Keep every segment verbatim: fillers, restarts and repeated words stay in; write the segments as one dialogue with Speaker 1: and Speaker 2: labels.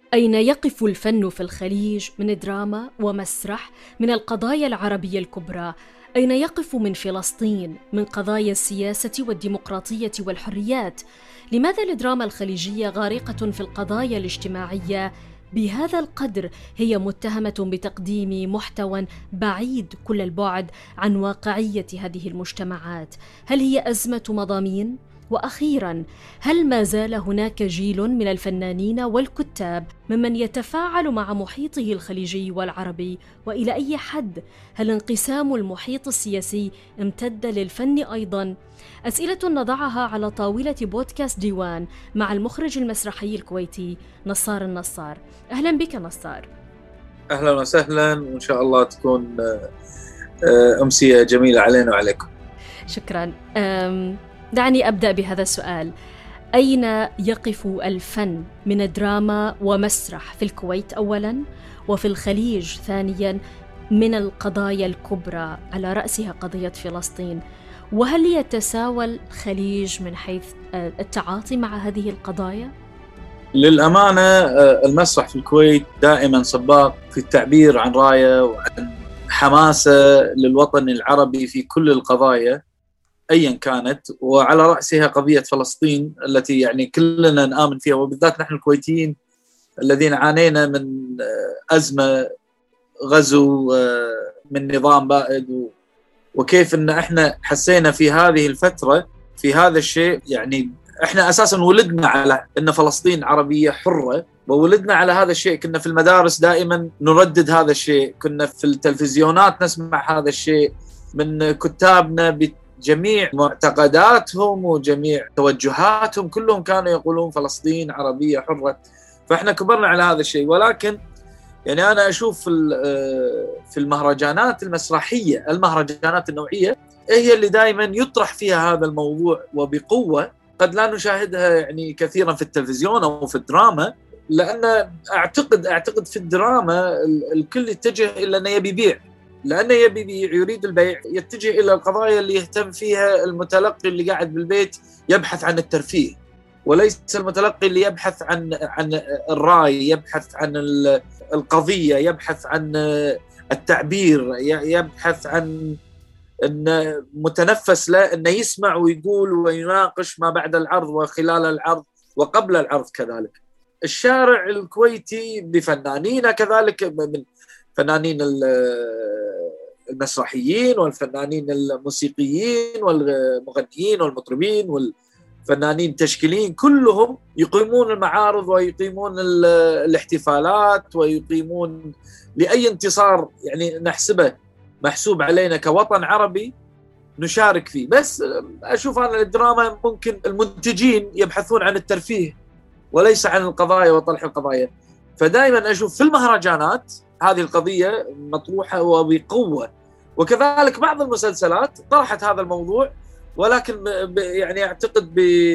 Speaker 1: أين يقف الفن في الخليج من دراما ومسرح من القضايا العربية الكبرى؟ أين يقف من فلسطين من قضايا السياسة والديمقراطية والحريات؟ لماذا الدراما الخليجية غارقة في القضايا الاجتماعية بهذا القدر؟ هي متهمة بتقديم محتوى بعيد كل البعد عن واقعية هذه المجتمعات. هل هي أزمة مضامين؟ وأخيراً، هل ما زال هناك جيل من الفنانين والكتاب ممن يتفاعل مع محيطه الخليجي والعربي؟ وإلى أي حد؟ هل انقسام المحيط السياسي امتد للفن أيضاً؟ أسئلة نضعها على طاولة بودكاست ديوان مع المخرج المسرحي الكويتي نصار النصار. أهلاً بك نصار.
Speaker 2: أهلاً وسهلاً، وإن شاء الله تكون أمسية جميلة علينا وعليكم.
Speaker 1: شكراً. دعني أبدأ بهذا السؤال: أين يقف الفن من دراما ومسرح في الكويت أولاً، وفي الخليج ثانياً، من القضايا الكبرى على رأسها قضية فلسطين؟ وهل يتساوى الخليج من حيث التعاطي مع هذه القضايا؟
Speaker 2: للأمانة المسرح في الكويت دائماً سباق في التعبير عن راية وعن حماسة للوطن العربي في كل القضايا أياً كانت، وعلى رأسها قضية فلسطين التي يعني كلنا نآمن فيها، وبالذات نحن الكويتيين الذين عانينا من أزمة غزو من نظام بائد، وكيف أن احنا حسينا في هذه الفترة في هذا الشيء. يعني احنا أساساً ولدنا على أن فلسطين عربية حرة، وولدنا على هذا الشيء. كنا في المدارس دائماً نردد هذا الشيء، كنا في التلفزيونات نسمع هذا الشيء من كتابنا بجميع معتقداتهم وجميع توجهاتهم، كلهم كانوا يقولون فلسطين عربية حرة. فاحنا كبرنا على هذا الشيء. ولكن يعني أنا أشوف في المهرجانات المسرحية، المهرجانات النوعية هي اللي دائما يطرح فيها هذا الموضوع وبقوة، قد لا نشاهدها يعني كثيرا في التلفزيون أو في الدراما، لأن أعتقد أعتقد في الدراما الكل يتجه إلى أنه يبي يبيع، لأنه يبي يبيع يريد البيع، يتجه إلى القضايا اللي يهتم فيها المتلقي اللي قاعد بالبيت يبحث عن الترفيه، وليس المتلقي اللي يبحث عن عن الرأي، يبحث عن القضية، يبحث عن التعبير، يبحث عن أن متنفس له أنه يسمع ويقول ويناقش ما بعد العرض وخلال العرض وقبل العرض. كذلك الشارع الكويتي بفنانين، كذلك من فنانين المسرحيين والفنانين الموسيقيين والمغنيين والمطربين والفنانين التشكيليين، كلهم يقيمون المعارض ويقيمون الاحتفالات ويقيمون لأي انتصار يعني نحسبه محسوب علينا كوطن عربي نشارك فيه. بس أشوف أنا الدراما ممكن المنتجين يبحثون عن الترفيه وليس عن القضايا وطرح القضايا. فدائما أشوف في المهرجانات هذه القضية مطروحة وبقوة، وكذلك بعض المسلسلات طرحت هذا الموضوع، ولكن يعني أعتقد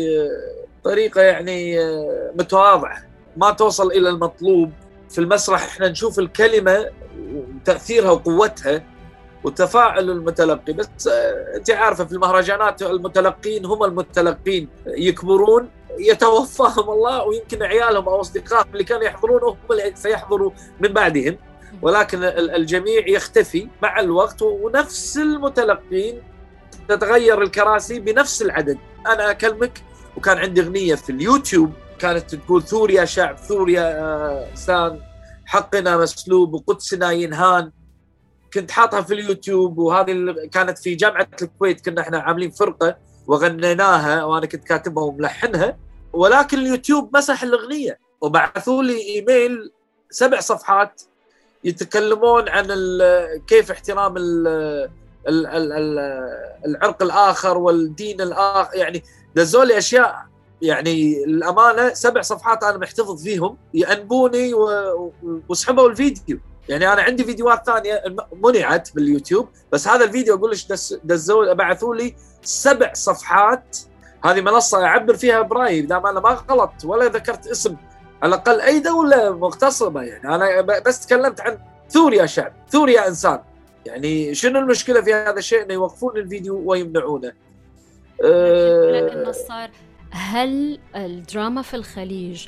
Speaker 2: بطريقة يعني متواضعة، ما توصل إلى المطلوب. في المسرح إحنا نشوف الكلمة وتأثيرها وقوتها وتفاعل المتلقي، بس أنت عارفة في المهرجانات المتلقين هم المتلقين يكبرون يتوفاهم الله، ويمكن عيالهم أو أصدقائهم اللي كانوا يحضرون هم اللي سيحضروا من بعدهم، ولكن الجميع يختفي مع الوقت، ونفس المتلقين تتغير الكراسي بنفس العدد. أنا أكلمك وكان عندي أغنية في اليوتيوب كانت تقول ثور يا شعب، ثور يا إنسان، حقنا مسلوب وقدسنا ينهان. كنت حاطها في اليوتيوب، وهذه كانت في جامعة الكويت، كنا احنا عاملين فرقة وغنيناها وأنا كنت كاتبها وملحنها، ولكن اليوتيوب مسح الأغنية وبعثوا لي إيميل سبع صفحات يتكلمون عن كيف احترام ال ال ال العرق الآخر والدين الآخر، يعني دزوا لي أشياء يعني الأمانة سبع صفحات أنا محتفظ فيهم، يأنبوني وسحبوا الفيديو. يعني أنا عندي فيديوهات ثانية منعت باليوتيوب، بس هذا الفيديو أقول ليش دزوا بعثوا لي سبع صفحات. هذه منصة أعبر فيها برأيي، دام أنا ما غلط ولا ذكرت اسم على الأقل أي دولة مغتصبة. يعني أنا بس تكلمت عن ثور يا شعب، ثور يا إنسان. يعني شنو المشكلة في هذا الشيء إنه يوقفون الفيديو ويمنعونه؟
Speaker 1: لكن نصار، هل الدراما في الخليج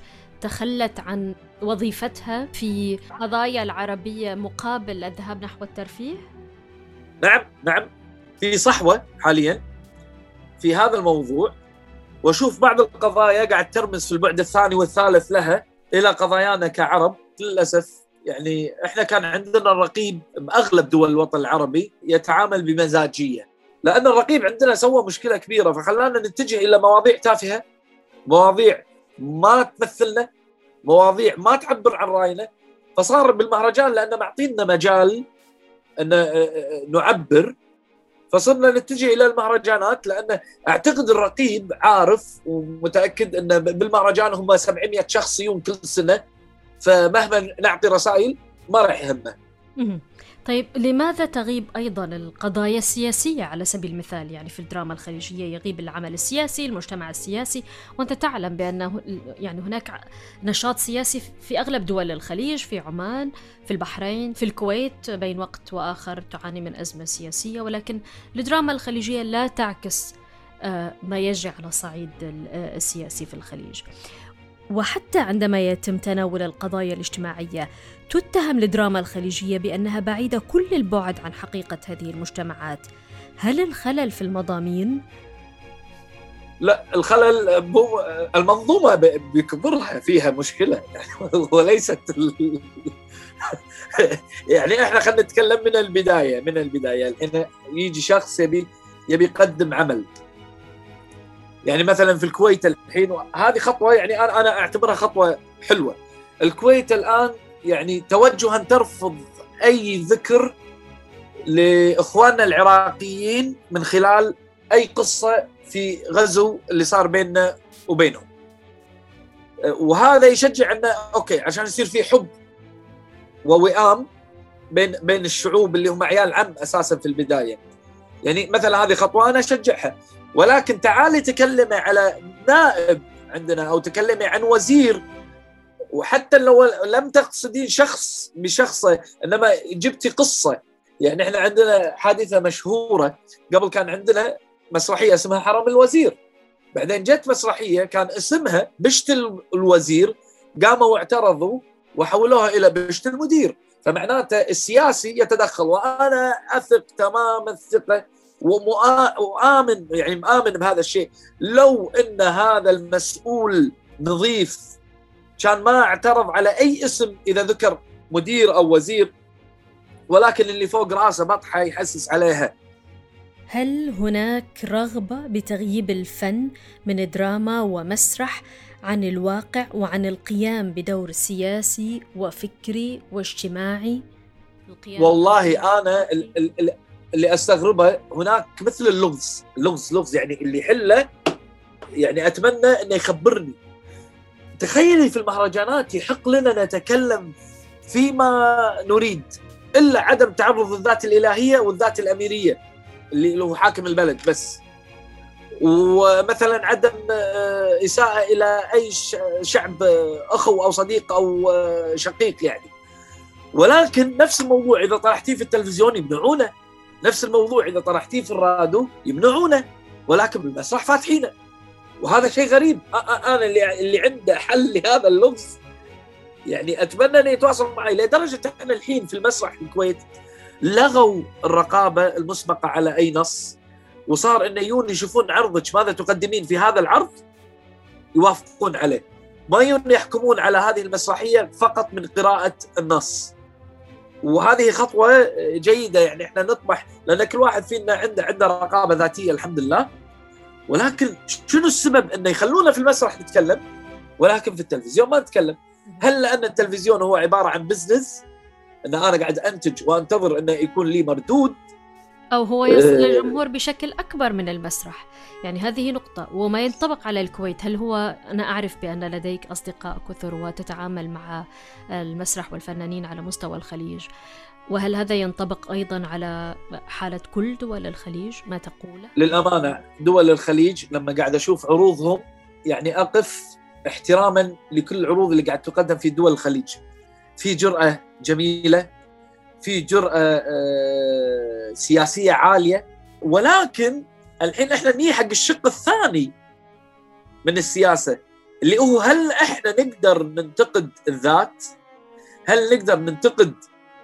Speaker 1: تخلت عن وظيفتها في قضايا العربية مقابل الذهاب نحو الترفيه؟
Speaker 2: نعم نعم، في صحوة حاليا في هذا الموضوع، وشوف بعض القضايا قاعد ترمز في البعد الثاني والثالث لها إلى قضايانا كعرب. للأسف يعني إحنا كان عندنا الرقيب بأغلب دول الوطن العربي يتعامل بمزاجية، لأن الرقيب عندنا سوى مشكلة كبيرة فخلانا نتجه إلى مواضيع تافهة، مواضيع ما تمثلنا، مواضيع ما تعبر عن رأينا. فصار بالمهرجان لأنه معطينا مجال أن نعبر، فصرنا نتجه إلى المهرجانات، لأن أعتقد الرقيب عارف ومتأكد أن بالمهرجان هم سبعمائة شخص يوم كل سنة، فمهما نعطي رسائل ما راح يهمه.
Speaker 1: طيب لماذا تغيب أيضا القضايا السياسية على سبيل المثال؟ يعني في الدراما الخليجية يغيب العمل السياسي، المجتمع السياسي، وأنت تعلم بأن يعني هناك نشاط سياسي في أغلب دول الخليج، في عمان، في البحرين، في الكويت بين وقت وآخر تعاني من أزمة سياسية، ولكن الدراما الخليجية لا تعكس ما يجري على صعيد السياسي في الخليج. وحتى عندما يتم تناول القضايا الاجتماعية تتهم الدراما الخليجية بأنها بعيدة كل البعد عن حقيقة هذه المجتمعات. هل الخلل في المضامين؟
Speaker 2: لا، الخلل المنظومة بكبرها فيها مشكلة وليست ال... يعني احنا خلينا نتكلم من البداية من البداية الحين يجي شخص يبي يبي يقدم عمل، يعني مثلا في الكويت الحين هذه خطوة يعني أنا أنا أعتبرها خطوة حلوة. الكويت الآن يعني توجها ترفض أي ذكر لإخواننا العراقيين من خلال أي قصة في غزو اللي صار بيننا وبينهم، وهذا يشجع أنه أوكي عشان يصير في حب ووئام بين بين الشعوب اللي هم عيال عم أساسا في البداية. يعني مثلا هذه خطوة أنا أشجعها، ولكن تعالي تكلمي على نائب عندنا أو تكلمي عن وزير، وحتى لو لم تقصدين شخص بشخصه إنما جبتي قصة. يعني إحنا عندنا حادثة مشهورة، قبل كان عندنا مسرحية اسمها حرم الوزير، بعدين جت مسرحية كان اسمها بشت الوزير، قاموا واعترضوا وحولوها إلى بشت المدير، فمعناته السياسي يتدخل. وأنا أثق تمام الثقة وآمن يعني مآمن بهذا الشيء، لو إن هذا المسؤول نظيف كان ما اعترض على أي اسم إذا ذكر مدير أو وزير، ولكن اللي فوق راسه بطحة يحسس عليها.
Speaker 1: هل هناك رغبة بتغييب الفن من دراما ومسرح عن الواقع وعن القيام بدور سياسي وفكري واجتماعي؟
Speaker 2: والله أنا اللي أستغربه هناك مثل اللغز اللغز لغز يعني اللي يحله، يعني أتمنى أنه يخبرني. تخيلي في المهرجانات يحق لنا نتكلم فيما نريد إلا عدم تعرض الذات الإلهية والذات الأميرية اللي هو حاكم البلد بس، ومثلا عدم إساءة إلى أي شعب أخو أو صديق أو شقيق يعني. ولكن نفس الموضوع إذا طرحتيه في التلفزيون يمنعونه، نفس الموضوع إذا طرحتيه في الراديو يمنعونه، ولكن بالمسرح فاتحينه. وهذا شيء غريب. أنا اللي اللي عنده حل لهذا اللغز يعني أتمنى أن يتواصل معي، لدرجة أن الحين في المسرح في الكويت لغوا الرقابة المسبقة على أي نص، وصار أن يجون يشوفون عرضك ماذا تقدمين في هذا العرض يوافقون عليه، ما يجون يحكمون على هذه المسرحية فقط من قراءة النص. وهذه خطوة جيدة، يعني إحنا نطمح لأن كل واحد فينا عنده عنده رقابة ذاتية الحمد لله. ولكن شنو السبب أنه يخلونا في المسرح نتكلم ولكن في التلفزيون ما نتكلم؟ هل لأن التلفزيون هو عبارة عن بزنس، أن أنا قاعد أنتج وأنتظر أنه يكون لي مردود،
Speaker 1: أو هو يصل للجمهور بشكل أكبر من المسرح؟ يعني هذه نقطة. وما ينطبق على الكويت، هل هو أنا أعرف بأن لديك أصدقاء كثر وتتعامل مع المسرح والفنانين على مستوى الخليج، وهل هذا ينطبق أيضا على حالة كل دول الخليج ما تقوله؟
Speaker 2: للأمانة دول الخليج لما قاعد أشوف عروضهم يعني أقف احتراما لكل العروض اللي قاعد تقدم في دول الخليج. في جرأة جميلة، في جرأة سياسية عالية، ولكن الحين احنا نيجي حق الشق الثاني من السياسة اللي هو هل احنا نقدر ننتقد الذات؟ هل نقدر ننتقد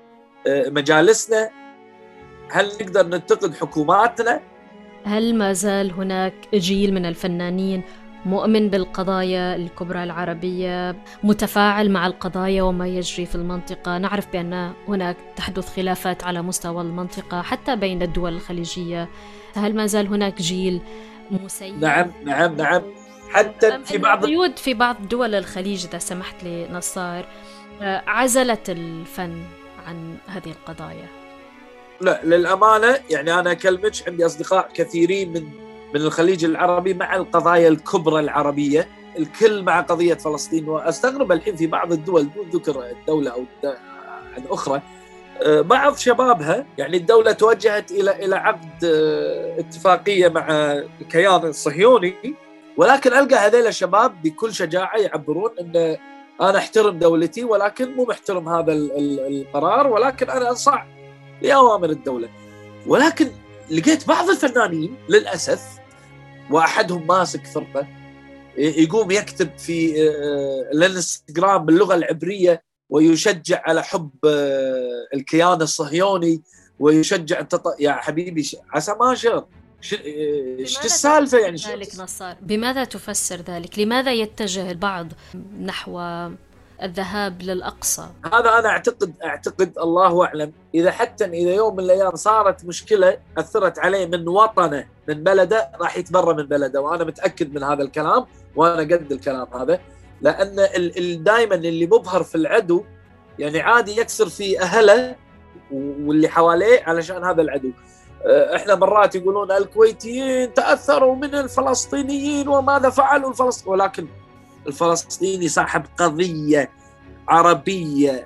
Speaker 2: مجالسنا؟ هل نقدر ننتقد حكوماتنا؟
Speaker 1: هل ما زال هناك جيل من الفنانين مؤمن بالقضايا الكبرى العربية، متفاعل مع القضايا وما يجري في المنطقة؟ نعرف بأن هناك تحدث خلافات على مستوى المنطقة حتى بين الدول الخليجية. هل ما زال هناك جيل مسير؟
Speaker 2: نعم نعم نعم حتى في بعض
Speaker 1: القيود في بعض دول الخليج، إذا سمحت لي نصار، عزلت الفن عن هذه القضايا.
Speaker 2: لا للأمانة يعني أنا أكلمك، عندي أصدقاء كثيرين من من الخليج العربي مع القضايا الكبرى العربية، الكل مع قضية فلسطين. وأستغرب الحين في بعض الدول دون ذكر الدولة أو الأخرى، بعض شبابها يعني الدولة توجهت إلى إلى عقد اتفاقية مع الكيان الصهيوني، ولكن ألقى هذيل الشباب بكل شجاعة يعبرون أن أنا أحترم دولتي ولكن مو محترم هذا القرار، ولكن أنا أنصاع لأوامر الدولة. ولكن لقيت بعض الفنانين للأسف، وأحدهم ماسك فرقة يقوم يكتب في الانستغرام باللغة العبرية ويشجع على حب الكيان الصهيوني ويشجع التط... يا حبيبي عسى ما شر شو السالفة يعني؟
Speaker 1: ذلك نصار، بماذا تفسر ذلك؟ لماذا يتجه البعض نحو الذهاب للأقصى؟
Speaker 2: هذا أنا أعتقد أعتقد الله أعلم. إذا حتى إذا يوم من الأيام صارت مشكلة أثرت عليه من وطنه من بلده، راح يتبرى من بلده، وأنا متأكد من هذا الكلام، وأنا قد الكلام هذا. لأن دائما اللي مبهر في العدو يعني عادي يكسر في أهله واللي حواليه علشان هذا العدو. إحنا مرات يقولون الكويتيين تأثروا من الفلسطينيين وماذا فعلوا الفلسطينيين، ولكن الفلسطيني صاحب قضية عربية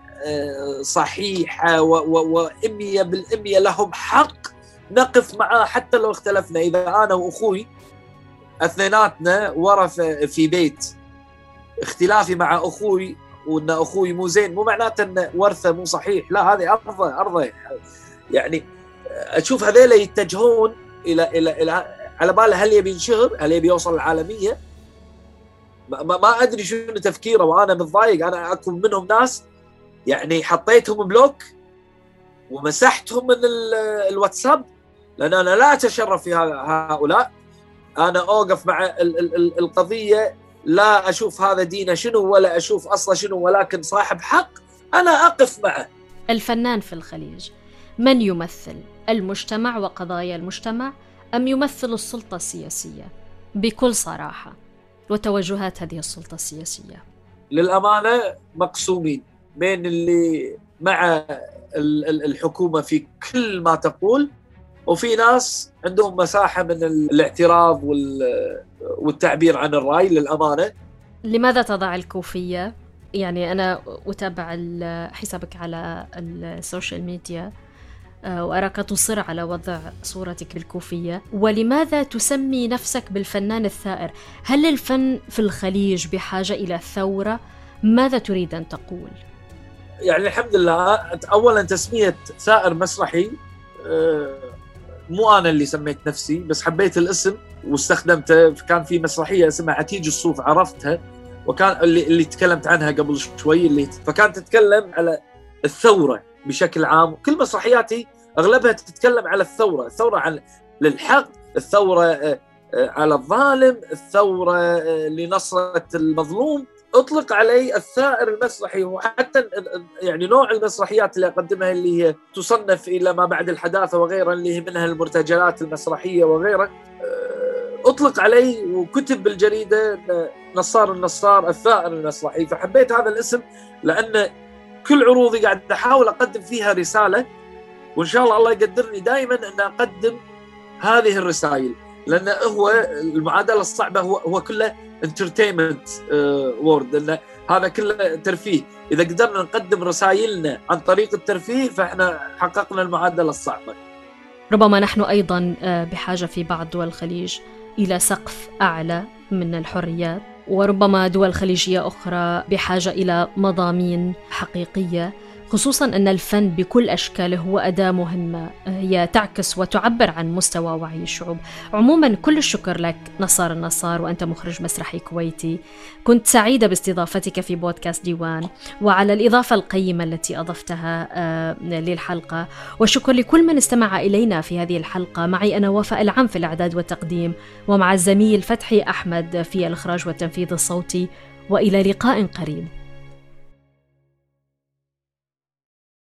Speaker 2: صحيحة وإمية بالإمية، لهم حق نقف معاه حتى لو اختلفنا. إذا أنا وأخوي اثنيناتنا ورث في بيت، اختلافي مع أخوي وأن أخوي مو زين مو معناته أن ورثه مو صحيح، لا، هذه أرضه أرضه. يعني أشوف هذيلا يتجهون إلى إلى إلى على باله هل يبي ينشهر، هل يبي يوصل العالمية. ما, ما أدري شنو تفكيره، وأنا متضايق. أنا أكون منهم ناس يعني حطيتهم بلوك ومسحتهم من الواتساب، لأن أنا لا أتشرف في هؤلاء. أنا أوقف مع ال ال القضية، لا أشوف هذا دينه شنو ولا أشوف أصله شنو، ولكن صاحب حق أنا أقف معه.
Speaker 1: الفنان في الخليج من يمثل المجتمع وقضايا المجتمع، أم يمثل السلطة السياسية؟ بكل صراحة، وتوجهات هذه السلطة السياسية
Speaker 2: للأمانة مقسومين بين اللي مع الحكومة في كل ما تقول، وفي ناس عندهم مساحة من الاعتراض والتعبير عن الرأي. للأمانة
Speaker 1: لماذا تضع الكوفية؟ يعني أنا أتابع حسابك على السوشيال ميديا وأراك تصر على وضع صورتك بالكوفية، ولماذا تسمي نفسك بالفنان الثائر؟ هل الفن في الخليج بحاجة إلى ثورة؟ ماذا تريد أن تقول؟
Speaker 2: يعني الحمد لله، أولا تسمية ثائر مسرحي مو أنا اللي سميت نفسي، بس حبيت الاسم واستخدمته. كان في مسرحية اسمها عتيج الصوف عرفتها، وكان اللي اللي تكلمت عنها قبل شوي، اللي فكانت تتكلم على الثورة بشكل عام. كل مسرحياتي أغلبها تتكلم على الثورة، الثورة عن للحق، الثورة على الظالم، الثورة لنصرة المظلوم. أطلق علي الثائر المسرحي. وحتى يعني نوع المسرحيات اللي أقدمها اللي هي تصنف إلى ما بعد الحداثة وغيرها، اللي هي منها المرتجلات المسرحية وغيرها، أطلق علي وكتب بالجريدة نصار النصار الثائر المسرحي. فحبيت هذا الاسم لأن كل عروضي قاعد أحاول أقدم فيها رسالة، وإن شاء الله الله يقدرني دائما أن أقدم هذه الرسائل، لأن هو المعادلة الصعبة هو هو كله انترتينمنت وورد، لأن هذا كله ترفيه. إذا قدرنا نقدم رسائلنا عن طريق الترفيه فإحنا حققنا المعادلة الصعبة.
Speaker 1: ربما نحن أيضا بحاجة في بعض دول الخليج إلى سقف أعلى من الحريات، وربما دول خليجية أخرى بحاجة إلى مضامين حقيقية، خصوصا أن الفن بكل أشكاله هو أداة مهمة هي تعكس وتعبر عن مستوى وعي الشعوب. عموما كل الشكر لك نصار النصار، وأنت مخرج مسرحي كويتي. كنت سعيدة باستضافتك في بودكاست ديوان وعلى الإضافة القيمة التي أضفتها للحلقة، وشكر لكل من استمع إلينا في هذه الحلقة. معي أنا وفاء العم في الإعداد والتقديم، ومع الزميل فتحي أحمد في الإخراج والتنفيذ الصوتي، وإلى لقاء قريب.